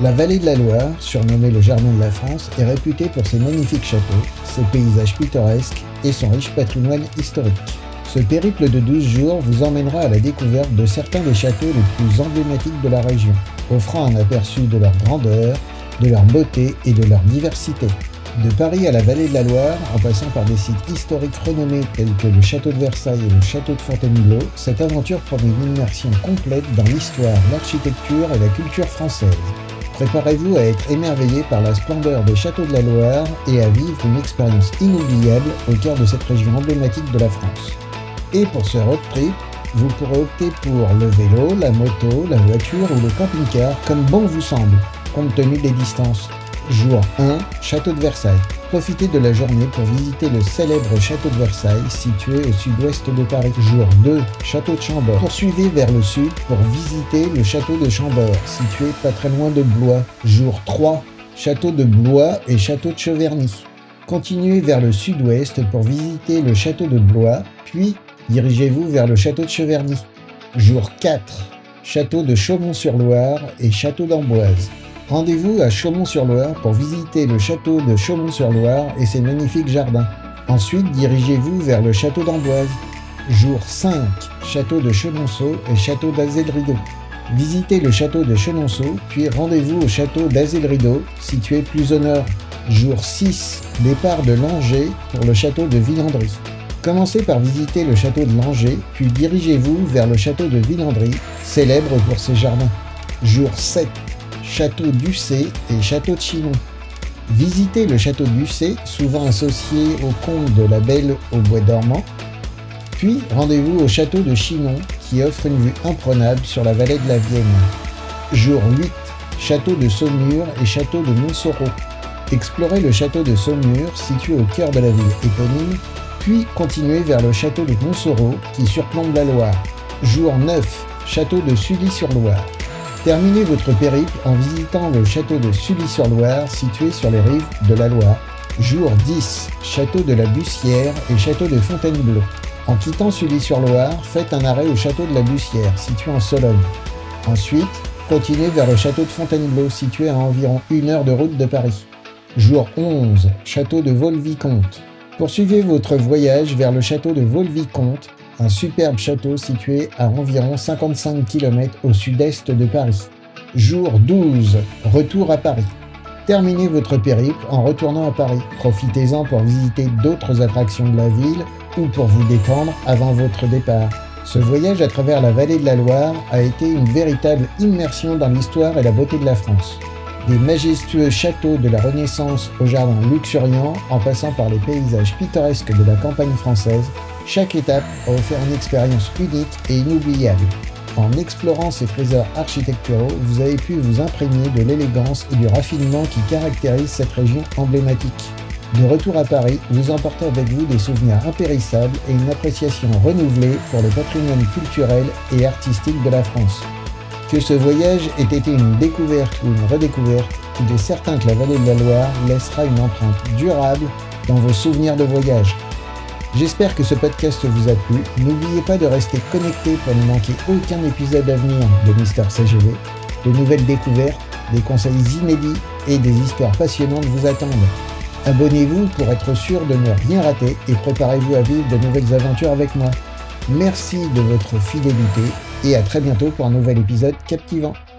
La vallée de la Loire, surnommée le Jardin de la France, est réputée pour ses magnifiques châteaux, ses paysages pittoresques et son riche patrimoine historique. Ce périple de 12 jours vous emmènera à la découverte de certains des châteaux les plus emblématiques de la région, offrant un aperçu de leur grandeur, de leur beauté et de leur diversité. De Paris à la vallée de la Loire, en passant par des sites historiques renommés tels que le château de Versailles et le château de Fontainebleau, cette aventure promet une immersion complète dans l'histoire, l'architecture et la culture française. Préparez-vous à être émerveillé par la splendeur des châteaux de la Loire et à vivre une expérience inoubliable au cœur de cette région emblématique de la France. Et pour ce road trip, vous pourrez opter pour le vélo, la moto, la voiture ou le camping-car comme bon vous semble, compte tenu des distances. Jour 1, château de Versailles. Profitez de la journée pour visiter le célèbre château de Versailles situé au sud-ouest de Paris. Jour 2, château de Chambord. Poursuivez vers le sud pour visiter le château de Chambord situé pas très loin de Blois. Jour 3, château de Blois et château de Cheverny. Continuez vers le sud-ouest pour visiter le château de Blois, puis dirigez-vous vers le château de Cheverny. Jour 4, château de Chaumont-sur-Loire et château d'Amboise. Rendez-vous à Chaumont-sur-Loire pour visiter le château de Chaumont-sur-Loire et ses magnifiques jardins. Ensuite, dirigez-vous vers le château d'Amboise. Jour 5, château de Chenonceau et château d'Azay-le-Rideau. Visitez le château de Chenonceau, puis rendez-vous au château d'Azay-le-Rideau, situé plus au nord. Jour 6, départ de Langeais pour le château de Villandry. Commencez par visiter le château de Langeais, puis dirigez-vous vers le château de Villandry, célèbre pour ses jardins. Jour 7, château d'Ussé et château de Chinon. Visitez le château d'Ussé, souvent associé au comte de la Belle au Bois dormant. Puis rendez-vous au château de Chinon, qui offre une vue imprenable sur la vallée de la Vienne. Jour 8, château de Saumur et château de Montsoreau. Explorez le château de Saumur, situé au cœur de la ville éponyme, puis continuez vers le château de Montsoreau, qui surplombe la Loire. Jour 9, château de Sully-sur-Loire. Terminez votre périple en visitant le château de Sully-sur-Loire, situé sur les rives de la Loire. Jour 10, château de la Bussière et château de Fontainebleau. En quittant Sully-sur-Loire, faites un arrêt au château de la Bussière, situé en Sologne. Ensuite, continuez vers le château de Fontainebleau, situé à environ 1 heure de route de Paris. Jour 11, château de Vaux-le-Vicomte. Poursuivez votre voyage vers le château de Vaux-le-Vicomte, un superbe château situé à environ 55 km au sud-est de Paris. Jour 12, retour à Paris. Terminez votre périple en retournant à Paris. Profitez-en pour visiter d'autres attractions de la ville ou pour vous détendre avant votre départ. Ce voyage à travers la vallée de la Loire a été une véritable immersion dans l'histoire et la beauté de la France. Des majestueux châteaux de la Renaissance au jardin luxuriant, en passant par les paysages pittoresques de la campagne française, chaque étape a offert une expérience unique et inoubliable. En explorant ces trésors architecturaux, vous avez pu vous imprégner de l'élégance et du raffinement qui caractérisent cette région emblématique. De retour à Paris, vous emportez avec vous des souvenirs impérissables et une appréciation renouvelée pour le patrimoine culturel et artistique de la France. Que ce voyage ait été une découverte ou une redécouverte, il est certain que la vallée de la Loire laissera une empreinte durable dans vos souvenirs de voyage. J'espère que ce podcast vous a plu. N'oubliez pas de rester connecté pour ne manquer aucun épisode à venir de Mister CGV. De nouvelles découvertes, des conseils inédits et des histoires passionnantes vous attendent. Abonnez-vous pour être sûr de ne rien rater et préparez-vous à vivre de nouvelles aventures avec moi. Merci de votre fidélité et à très bientôt pour un nouvel épisode captivant.